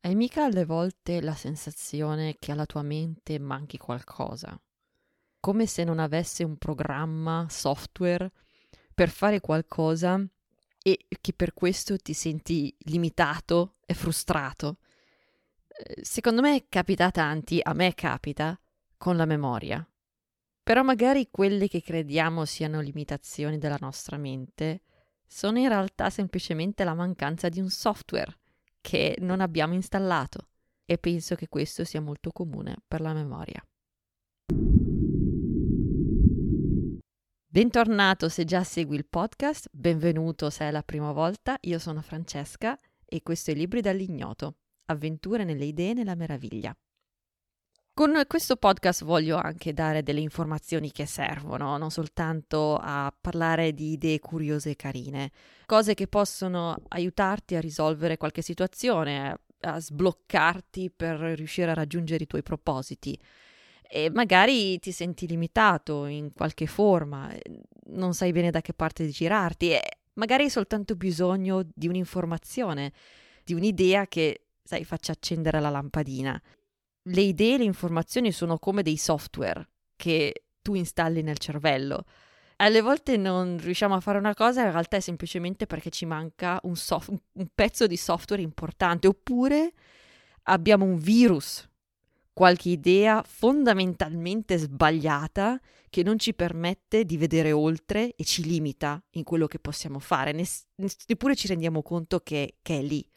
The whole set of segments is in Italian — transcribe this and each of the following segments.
Hai mica alle volte la sensazione che alla tua mente manchi qualcosa? Come se non avesse un programma, software, per fare qualcosa e che per questo ti senti limitato e frustrato? Secondo me capita a tanti, a me capita, con la memoria. Però magari quelle che crediamo siano limitazioni della nostra mente sono in realtà semplicemente la mancanza di un software che non abbiamo installato e penso che questo sia molto comune per la memoria. Bentornato se già segui il podcast, benvenuto se è la prima volta, io sono Francesca e questo è Libri dall'ignoto, avventure nelle idee e nella meraviglia. Con questo podcast voglio anche dare delle informazioni che servono, non soltanto a parlare di idee curiose e carine, cose che possono aiutarti a risolvere qualche situazione, a sbloccarti per riuscire a raggiungere i tuoi propositi. E magari ti senti limitato in qualche forma, non sai bene da che parte girarti e magari hai soltanto bisogno di un'informazione, di un'idea che, sai, faccia accendere la lampadina. Le idee e le informazioni sono come dei software che tu installi nel cervello. Alle volte non riusciamo a fare una cosa, in realtà è semplicemente perché ci manca un pezzo di software importante, oppure abbiamo un virus, qualche idea fondamentalmente sbagliata che non ci permette di vedere oltre e ci limita in quello che possiamo fare, neppure ci rendiamo conto che è lì.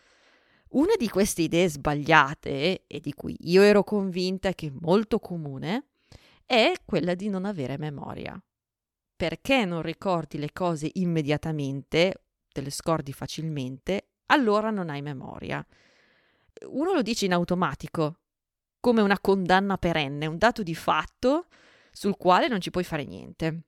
Una di queste idee sbagliate, e di cui io ero convinta che è molto comune, è quella di non avere memoria. Perché non ricordi le cose immediatamente, te le scordi facilmente, allora non hai memoria. Uno lo dice in automatico, come una condanna perenne, un dato di fatto sul quale non ci puoi fare niente.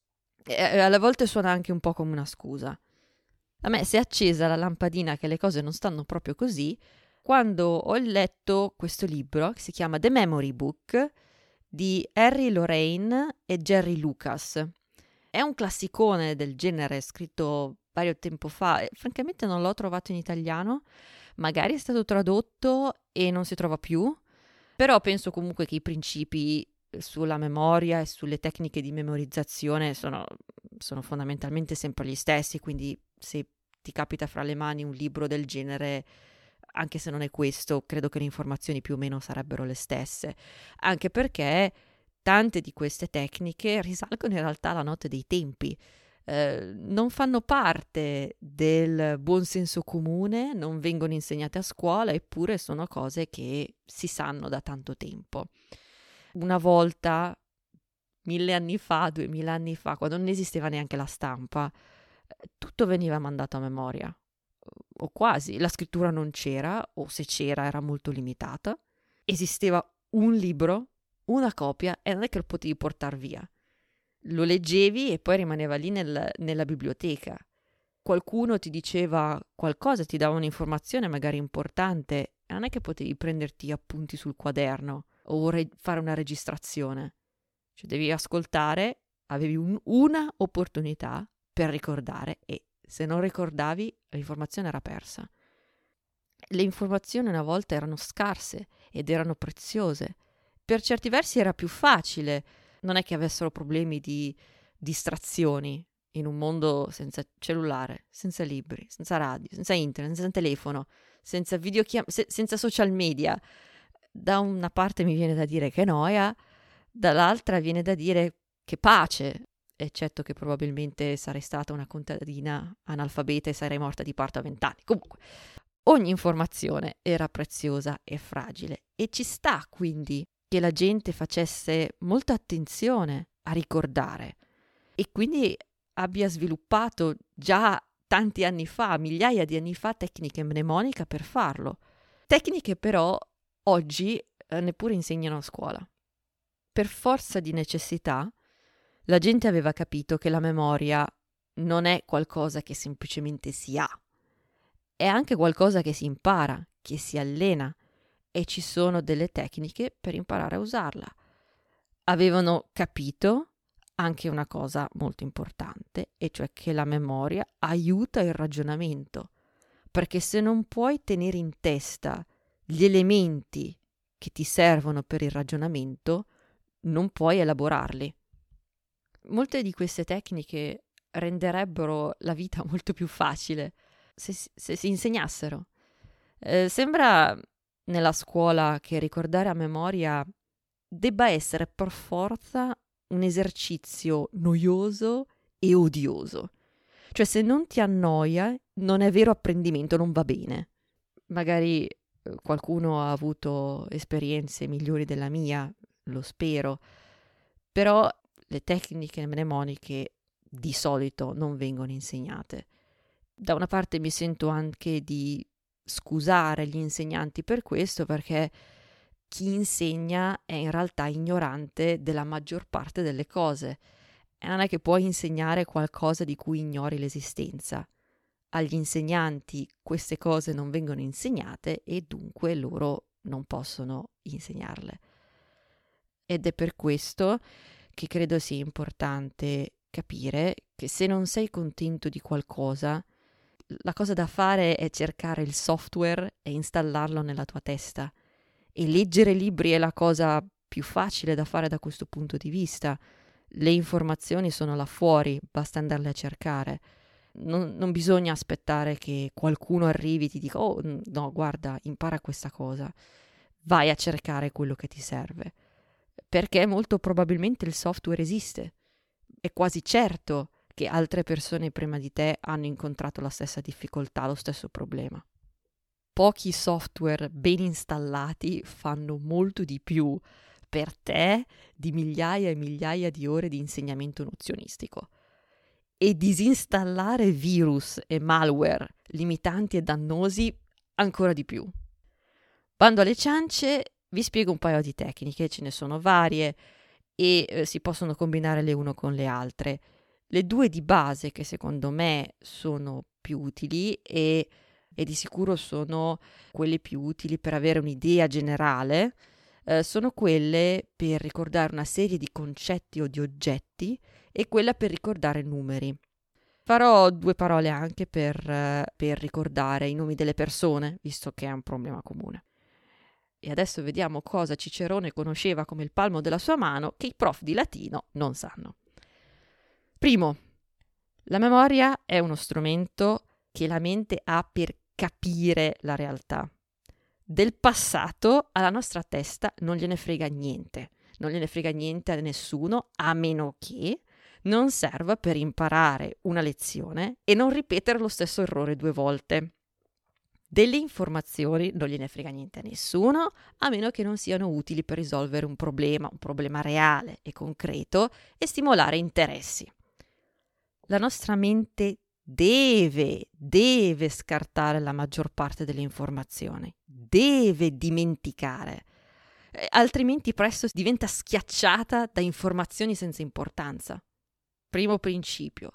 E alle volte suona anche un po' come una scusa. A me si è accesa la lampadina che le cose non stanno proprio così quando ho letto questo libro che si chiama The Memory Book di Harry Lorayne e Jerry Lucas. È un classicone del genere scritto paio tempo fa e francamente non l'ho trovato in italiano, magari è stato tradotto e non si trova più, però penso comunque che i principi sulla memoria e sulle tecniche di memorizzazione sono fondamentalmente sempre gli stessi, quindi se ti capita fra le mani un libro del genere, anche se non è questo, credo che le informazioni più o meno sarebbero le stesse, anche perché tante di queste tecniche risalgono in realtà alla notte dei tempi. Non fanno parte del buon senso comune, non vengono insegnate a scuola, eppure sono cose che si sanno da tanto tempo. Una volta, 1000 anni fa, 2000 anni fa, quando non esisteva neanche la stampa, tutto veniva mandato a memoria, o quasi. La scrittura non c'era, o se c'era era molto limitata. Esisteva un libro, una copia, e non è che lo potevi portare via. Lo leggevi e poi rimaneva lì nella biblioteca. Qualcuno ti diceva qualcosa, ti dava un'informazione magari importante, e non è che potevi prenderti appunti sul quaderno o fare una registrazione. Cioè devi ascoltare, avevi una opportunità per ricordare e se non ricordavi l'informazione era persa. Le informazioni una volta erano scarse ed erano preziose. Per certi versi era più facile, non è che avessero problemi di distrazioni in un mondo senza cellulare, senza libri, senza radio, senza internet, senza telefono, senza senza social media. Da una parte mi viene da dire che noia, dall'altra viene da dire che pace, eccetto che probabilmente sarei stata una contadina analfabeta e sarei morta di parto a 20 anni. Comunque, ogni informazione era preziosa e fragile e ci sta quindi che la gente facesse molta attenzione a ricordare e quindi abbia sviluppato già tanti anni fa, migliaia di anni fa, tecniche mnemoniche per farlo. Tecniche però oggi neppure insegnano a scuola. Per forza di necessità, la gente aveva capito che la memoria non è qualcosa che semplicemente si ha, è anche qualcosa che si impara, che si allena e ci sono delle tecniche per imparare a usarla. Avevano capito anche una cosa molto importante, e cioè che la memoria aiuta il ragionamento, perché se non puoi tenere in testa gli elementi che ti servono per il ragionamento, non puoi elaborarli. Molte di queste tecniche renderebbero la vita molto più facile se si insegnassero. Sembra nella scuola che ricordare a memoria debba essere per forza un esercizio noioso e odioso. Cioè, se non ti annoia, non è vero apprendimento, non va bene. Magari qualcuno ha avuto esperienze migliori della mia, lo spero, però le tecniche mnemoniche di solito non vengono insegnate. Da una parte mi sento anche di scusare gli insegnanti per questo, perché chi insegna è in realtà ignorante della maggior parte delle cose e non è che puoi insegnare qualcosa di cui ignori l'esistenza. Agli insegnanti queste cose non vengono insegnate e dunque loro non possono insegnarle. Ed è per questo che credo sia importante capire che se non sei contento di qualcosa, la cosa da fare è cercare il software e installarlo nella tua testa. E leggere libri è la cosa più facile da fare da questo punto di vista. Le informazioni sono là fuori, basta andarle a cercare. Non bisogna aspettare che qualcuno arrivi e ti dica «Oh, no, guarda, impara questa cosa». Vai a cercare quello che ti serve. Perché molto probabilmente il software esiste. È quasi certo che altre persone prima di te hanno incontrato la stessa difficoltà, lo stesso problema. Pochi software ben installati fanno molto di più per te di migliaia e migliaia di ore di insegnamento nozionistico. E disinstallare virus e malware limitanti e dannosi ancora di più. Bando alle ciance, vi spiego un paio di tecniche, ce ne sono varie e si possono combinare le une con le altre. Le due di base che secondo me sono più utili e di sicuro sono quelle più utili per avere un'idea generale, sono quelle per ricordare una serie di concetti o di oggetti e quella per ricordare numeri. Farò due parole anche per ricordare i nomi delle persone, visto che è un problema comune. E adesso vediamo cosa Cicerone conosceva come il palmo della sua mano che i prof di latino non sanno. Primo, la memoria è uno strumento che la mente ha per capire la realtà. Del passato alla nostra testa non gliene frega niente. Non gliene frega niente a nessuno, a meno che non serva per imparare una lezione e non ripetere lo stesso errore 2 volte. Delle informazioni non gliene frega niente a nessuno, a meno che non siano utili per risolvere un problema reale e concreto e stimolare interessi. La nostra mente deve scartare la maggior parte delle informazioni, deve dimenticare, altrimenti presto diventa schiacciata da informazioni senza importanza. Primo principio: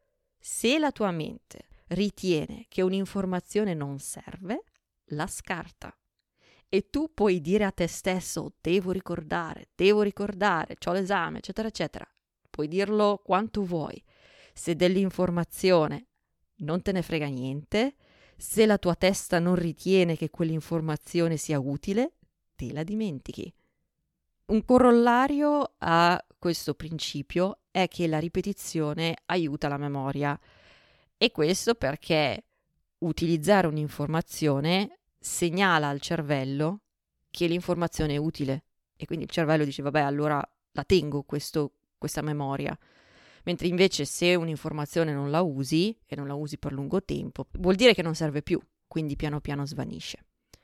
se la tua mente ritiene che un'informazione non serve, la scarta. E tu puoi dire a te stesso devo ricordare, c'ho l'esame, eccetera, eccetera. Puoi dirlo quanto vuoi. Se dell'informazione non te ne frega niente, se la tua testa non ritiene che quell'informazione sia utile, te la dimentichi. Un corollario a questo principio è che la ripetizione aiuta la memoria. E questo perché utilizzare un'informazione segnala al cervello che l'informazione è utile. E quindi il cervello dice, vabbè, allora la tengo questa memoria. Mentre invece se un'informazione non la usi, e non la usi per lungo tempo, vuol dire che non serve più, quindi piano piano svanisce.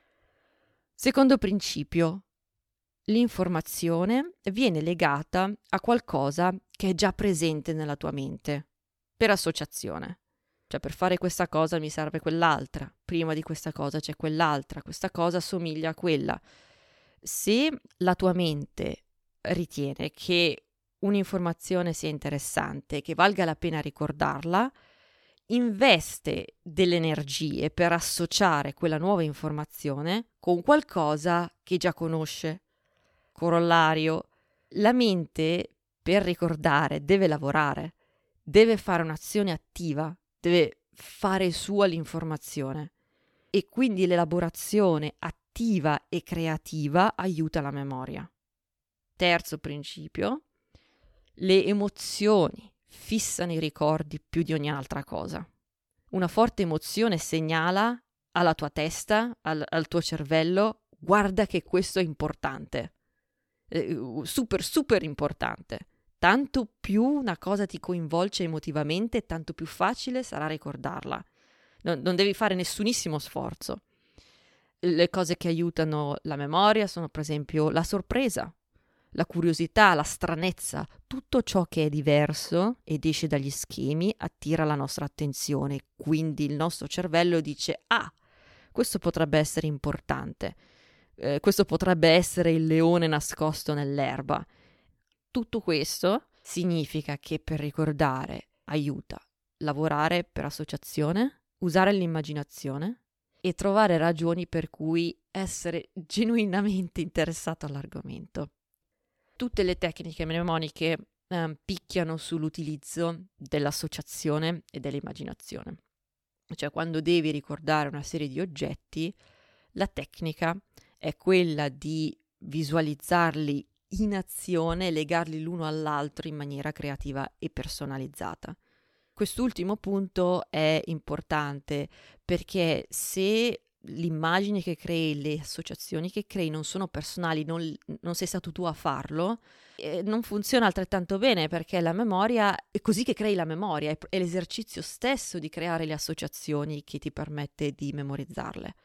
Secondo principio, l'informazione viene legata a qualcosa che è già presente nella tua mente, per associazione. Cioè, per fare questa cosa mi serve quell'altra, prima di questa cosa c'è quell'altra, questa cosa somiglia a quella. Se la tua mente ritiene che un'informazione sia interessante, che valga la pena ricordarla, investe delle energie per associare quella nuova informazione con qualcosa che già conosce. Corollario: la mente per ricordare deve lavorare, deve fare un'azione attiva, deve fare sua l'informazione e quindi l'elaborazione attiva attiva e creativa aiuta la memoria. Terzo principio, le emozioni fissano i ricordi più di ogni altra cosa. Una forte emozione segnala alla tua testa, al tuo cervello, guarda che questo è importante, super super importante. Tanto più una cosa ti coinvolge emotivamente, tanto più facile sarà ricordarla. Non devi fare nessunissimo sforzo. Le cose che aiutano la memoria sono per esempio la sorpresa, la curiosità, la stranezza, tutto ciò che è diverso ed esce dagli schemi attira la nostra attenzione, quindi il nostro cervello dice questo potrebbe essere importante, questo potrebbe essere il leone nascosto nell'erba. Tutto questo significa che per ricordare aiuta lavorare per associazione, usare l'immaginazione e trovare ragioni per cui essere genuinamente interessato all'argomento. Tutte le tecniche mnemoniche picchiano sull'utilizzo dell'associazione e dell'immaginazione. Cioè, quando devi ricordare una serie di oggetti, la tecnica è quella di visualizzarli in azione e legarli l'uno all'altro in maniera creativa e personalizzata. Quest'ultimo punto è importante perché se l'immagine che crei, le associazioni che crei non sono personali, non sei stato tu a farlo, non funziona altrettanto bene, perché la memoria è così che crei la memoria, è l'esercizio stesso di creare le associazioni che ti permette di memorizzarle.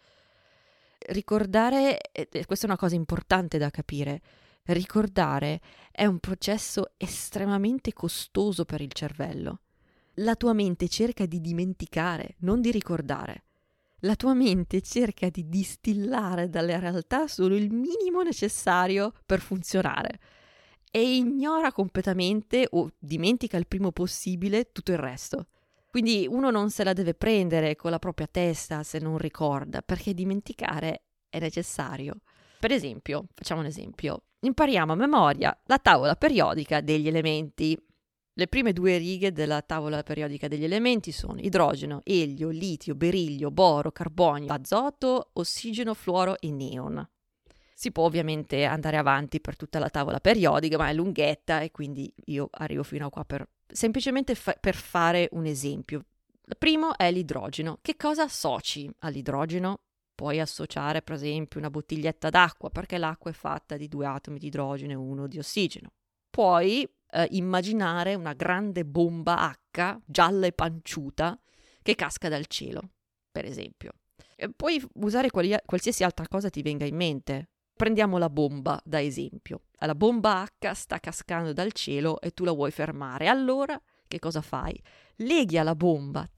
Ricordare, questa è una cosa importante da capire, ricordare è un processo estremamente costoso per il cervello. La tua mente cerca di dimenticare, non di ricordare. La tua mente cerca di distillare dalla realtà solo il minimo necessario per funzionare e ignora completamente o dimentica il primo possibile tutto il resto. Quindi uno non se la deve prendere con la propria testa se non ricorda, perché dimenticare è necessario. Per esempio, facciamo un esempio, impariamo a memoria la tavola periodica degli elementi. Le prime 2 righe della tavola periodica degli elementi sono idrogeno, elio, litio, berillio, boro, carbonio, azoto, ossigeno, fluoro e neon. Si può ovviamente andare avanti per tutta la tavola periodica, ma è lunghetta e quindi io arrivo fino a qua semplicemente per fare un esempio. Il primo è l'idrogeno. Che cosa associ all'idrogeno? Puoi associare per esempio una bottiglietta d'acqua, perché l'acqua è fatta di 2 atomi di idrogeno e 1 di ossigeno. Puoi immaginare una grande bomba H gialla e panciuta che casca dal cielo, per esempio. Puoi usare qualsiasi altra cosa ti venga in mente. Prendiamo la bomba da esempio. La bomba H sta cascando dal cielo e tu la vuoi fermare. Allora, che cosa fai? Leghi alla bomba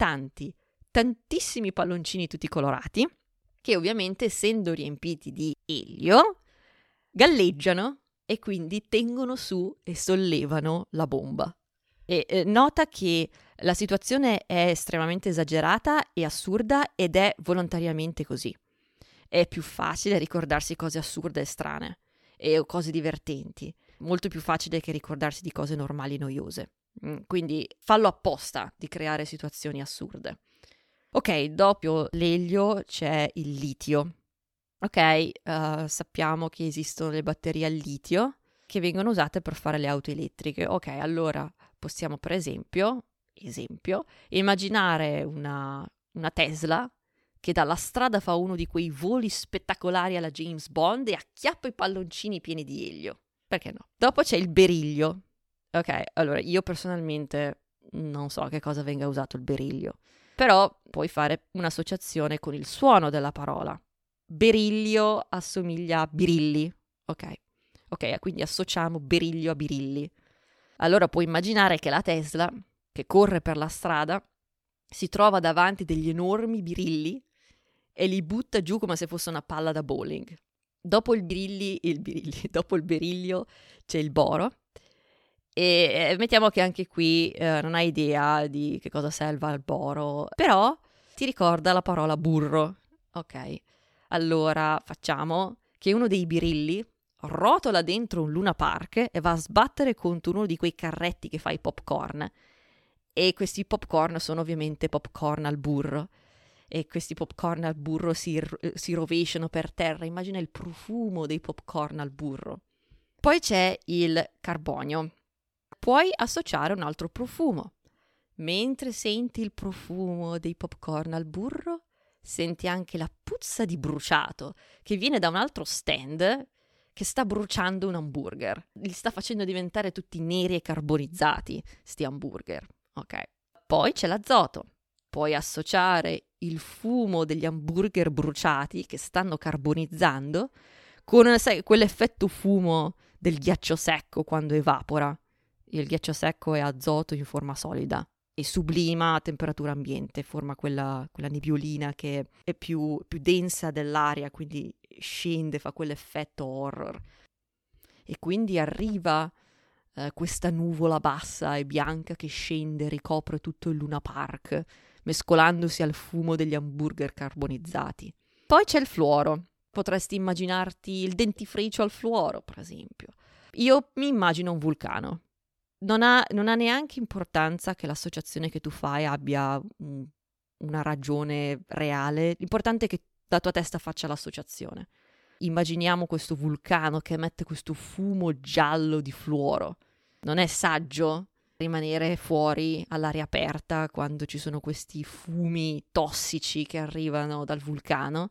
tantissimi palloncini tutti colorati, che ovviamente, essendo riempiti di elio, galleggiano e quindi tengono su e sollevano la bomba. E nota che la situazione è estremamente esagerata e assurda ed è volontariamente così. È più facile ricordarsi cose assurde e strane o cose divertenti, molto più facile che ricordarsi di cose normali e noiose. Quindi fallo apposta di creare situazioni assurde. Ok, dopo l'elio c'è il litio. Ok, sappiamo che esistono le batterie al litio che vengono usate per fare le auto elettriche. Ok, allora possiamo per esempio immaginare una Tesla che dalla strada fa uno di quei voli spettacolari alla James Bond e acchiappa i palloncini pieni di elio. Perché no? Dopo c'è il berillio. Ok, allora io personalmente non so che cosa venga usato il berillio, però puoi fare un'associazione con il suono della parola. Berillio assomiglia a birilli, ok, quindi associamo beriglio a birilli. Allora puoi immaginare che la Tesla, che corre per la strada, si trova davanti degli enormi birilli e li butta giù come se fosse una palla da bowling. Dopo dopo il beriglio c'è il boro e mettiamo che anche qui non hai idea di che cosa serva il boro, però ti ricorda la parola burro, ok? Allora facciamo che uno dei birilli rotola dentro un Luna Park e va a sbattere contro uno di quei carretti che fa i popcorn. E questi popcorn sono ovviamente popcorn al burro. e questi popcorn al burro si rovesciano per terra. Immagina il profumo dei popcorn al burro. Poi c'è il carbonio. Puoi associare un altro profumo. Mentre senti il profumo dei popcorn al burro, senti anche la puzza di bruciato che viene da un altro stand che sta bruciando un hamburger. Li sta facendo diventare tutti neri e carbonizzati, sti hamburger. Ok. Poi c'è l'azoto. Puoi associare il fumo degli hamburger bruciati che stanno carbonizzando con, sai, quell'effetto fumo del ghiaccio secco quando evapora. Il ghiaccio secco è azoto in forma solida e sublima a temperatura ambiente, forma quella nebbiolina che è più densa dell'aria, quindi scende, fa quell'effetto horror. E quindi arriva questa nuvola bassa e bianca che scende e ricopre tutto il Luna Park, mescolandosi al fumo degli hamburger carbonizzati. Poi c'è il fluoro. Potresti immaginarti il dentifricio al fluoro, per esempio. Io mi immagino un vulcano. Non ha neanche importanza che l'associazione che tu fai abbia una ragione reale. L'importante è che la tua testa faccia l'associazione. Immaginiamo questo vulcano che emette questo fumo giallo di fluoro. Non è saggio rimanere fuori all'aria aperta quando ci sono questi fumi tossici che arrivano dal vulcano,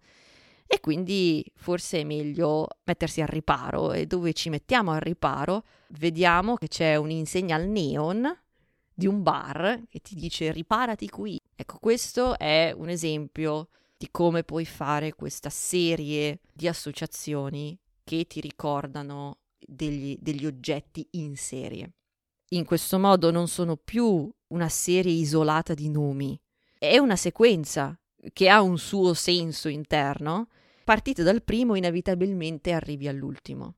e quindi forse è meglio mettersi al riparo. E dove ci mettiamo al riparo? Vediamo che c'è un'insegna al neon di un bar che ti dice riparati qui. Ecco, questo è un esempio di come puoi fare questa serie di associazioni che ti ricordano degli oggetti in serie. In questo modo non sono più una serie isolata di nomi, è una sequenza che ha un suo senso interno. Partite dal primo, inevitabilmente arrivi all'ultimo.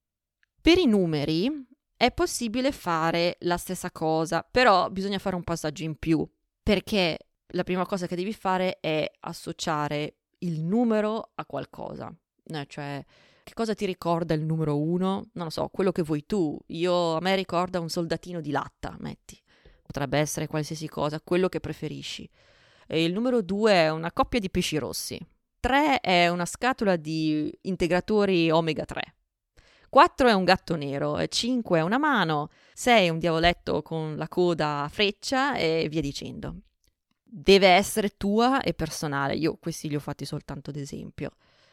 Per i numeri è possibile fare la stessa cosa, però bisogna fare un passaggio in più, perché la prima cosa che devi fare è associare il numero a qualcosa. Cioè, che cosa ti ricorda il numero 1? Non lo so, quello che vuoi tu. A me ricorda un soldatino di latta, metti. Potrebbe essere qualsiasi cosa, quello che preferisci. E il numero 2 è una coppia di pesci rossi. 3 è una scatola di integratori omega 3. 4 è un gatto nero, 5 è una mano, 6 è un diavoletto con la coda a freccia e via dicendo. Deve essere tua e personale. Io questi li ho fatti soltanto ad esempio.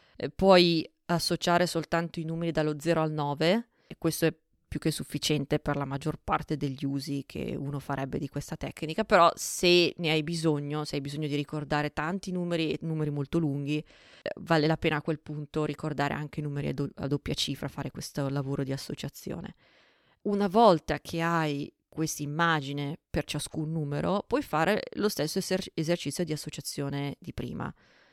Puoi associare soltanto i numeri dallo 0 al 9, e questo è più che sufficiente per la maggior parte degli usi che uno farebbe di questa tecnica, però se hai bisogno di ricordare tanti numeri molto lunghi, vale la pena a quel punto ricordare anche numeri a doppia cifra, fare questo lavoro di associazione. Una volta che hai questa immagine per ciascun numero, puoi fare lo stesso esercizio di associazione di prima.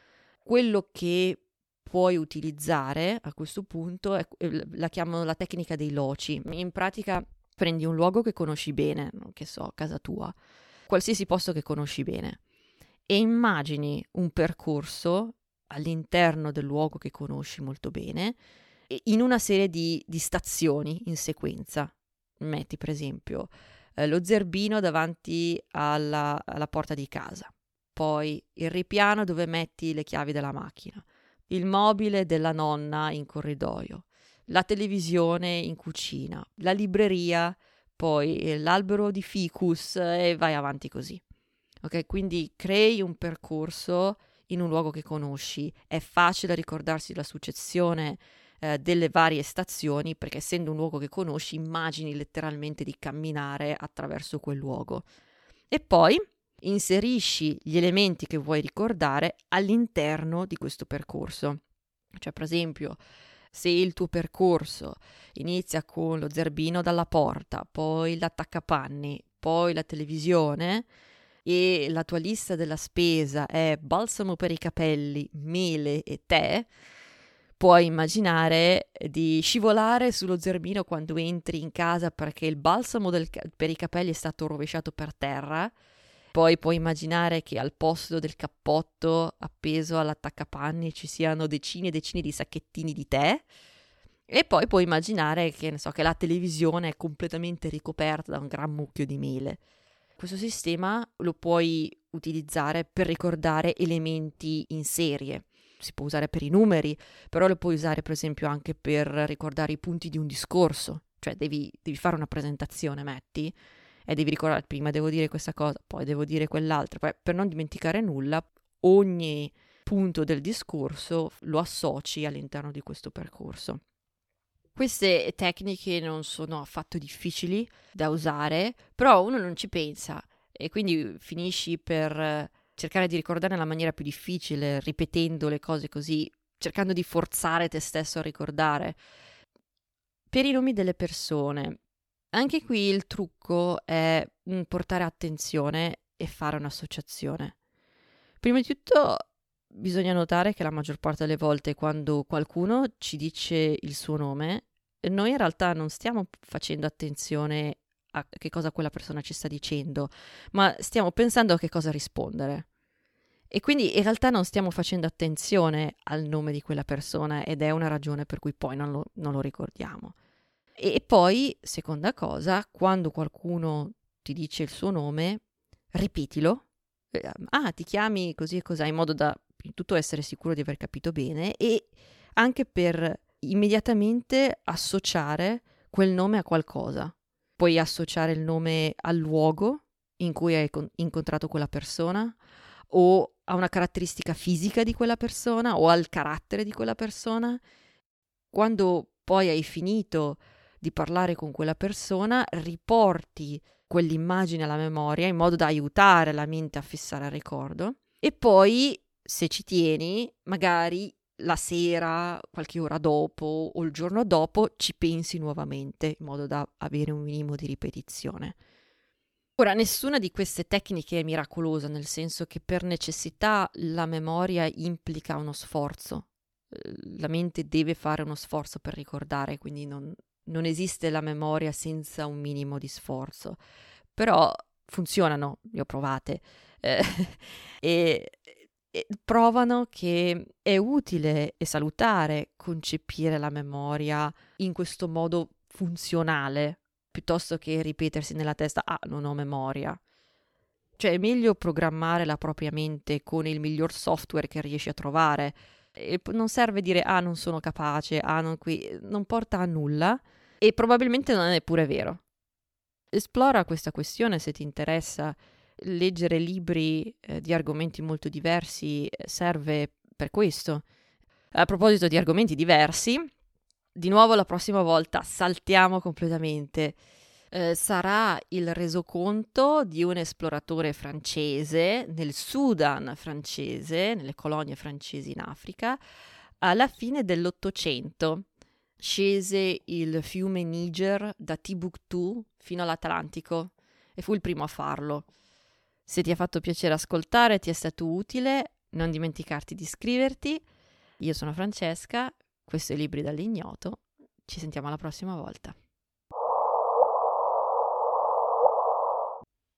Quello che puoi utilizzare a questo punto la chiamano la tecnica dei loci. In pratica prendi un luogo che conosci bene, che so, casa tua, qualsiasi posto che conosci bene, e immagini un percorso all'interno del luogo che conosci molto bene, in una serie di stazioni in sequenza. Metti per esempio lo zerbino davanti alla porta di casa, poi il ripiano dove metti le chiavi della macchina, il mobile della nonna in corridoio, la televisione in cucina, la libreria, poi l'albero di ficus e vai avanti così. Ok, quindi crei un percorso in un luogo che conosci. È facile ricordarsi la successione delle varie stazioni, perché essendo un luogo che conosci immagini letteralmente di camminare attraverso quel luogo. E poi inserisci gli elementi che vuoi ricordare all'interno di questo percorso. Cioè, per esempio, se il tuo percorso inizia con lo zerbino dalla porta, poi l'attaccapanni, poi la televisione, e la tua lista della spesa è balsamo per i capelli, mele e tè, puoi immaginare di scivolare sullo zerbino quando entri in casa perché il balsamo per i capelli è stato rovesciato per terra. Poi puoi immaginare che al posto del cappotto appeso all'attaccapanni ci siano decine e decine di sacchettini di tè. E poi puoi immaginare che la televisione è completamente ricoperta da un gran mucchio di mele. Questo sistema lo puoi utilizzare per ricordare elementi in serie. Si può usare per i numeri, però lo puoi usare per esempio anche per ricordare i punti di un discorso. Cioè devi fare una presentazione, metti, e devi ricordare prima devo dire questa cosa, poi devo dire quell'altra. Poi, per non dimenticare nulla, ogni punto del discorso lo associ all'interno di questo percorso. Queste tecniche non sono affatto difficili da usare, però uno non ci pensa e quindi finisci per cercare di ricordare nella maniera più difficile, ripetendo le cose così, cercando di forzare te stesso a ricordare. Per i nomi delle persone, anche qui il trucco è portare attenzione e fare un'associazione. Prima di tutto bisogna notare che la maggior parte delle volte quando qualcuno ci dice il suo nome, noi in realtà non stiamo facendo attenzione a che cosa quella persona ci sta dicendo, ma stiamo pensando a che cosa rispondere. E quindi in realtà non stiamo facendo attenzione al nome di quella persona ed è una ragione per cui poi non lo ricordiamo. E poi, seconda cosa, quando qualcuno ti dice il suo nome, ripetilo. Ti chiami così e così, in modo da in tutto essere sicuro di aver capito bene e anche per immediatamente associare quel nome a qualcosa. Puoi associare il nome al luogo in cui hai incontrato quella persona o a una caratteristica fisica di quella persona o al carattere di quella persona. Quando poi hai finito di parlare con quella persona, riporti quell'immagine alla memoria in modo da aiutare la mente a fissare il ricordo e poi, se ci tieni, magari la sera, qualche ora dopo o il giorno dopo ci pensi nuovamente in modo da avere un minimo di ripetizione. Ora, nessuna di queste tecniche è miracolosa, nel senso che per necessità la memoria implica uno sforzo. La mente deve fare uno sforzo per ricordare, quindi non esiste la memoria senza un minimo di sforzo. Però funzionano, le ho provate, e provano che è utile e salutare concepire la memoria in questo modo funzionale, piuttosto che ripetersi nella testa, non ho memoria. Cioè è meglio programmare la propria mente con il miglior software che riesci a trovare. E non serve dire, non sono capace, non porta a nulla e probabilmente non è neppure vero. Esplora questa questione se ti interessa. Leggere libri di argomenti molto diversi serve per questo. A proposito di argomenti diversi, di nuovo la prossima volta saltiamo completamente. Sarà il resoconto di un esploratore francese nel Sudan francese, nelle colonie francesi in Africa, alla fine dell'Ottocento. Scese il fiume Niger da Timbuktu fino all'Atlantico e fu il primo a farlo. Se ti ha fatto piacere ascoltare, ti è stato utile, non dimenticarti di iscriverti. Io sono Francesca, questo è Libri dall'Ignoto. Ci sentiamo la prossima volta.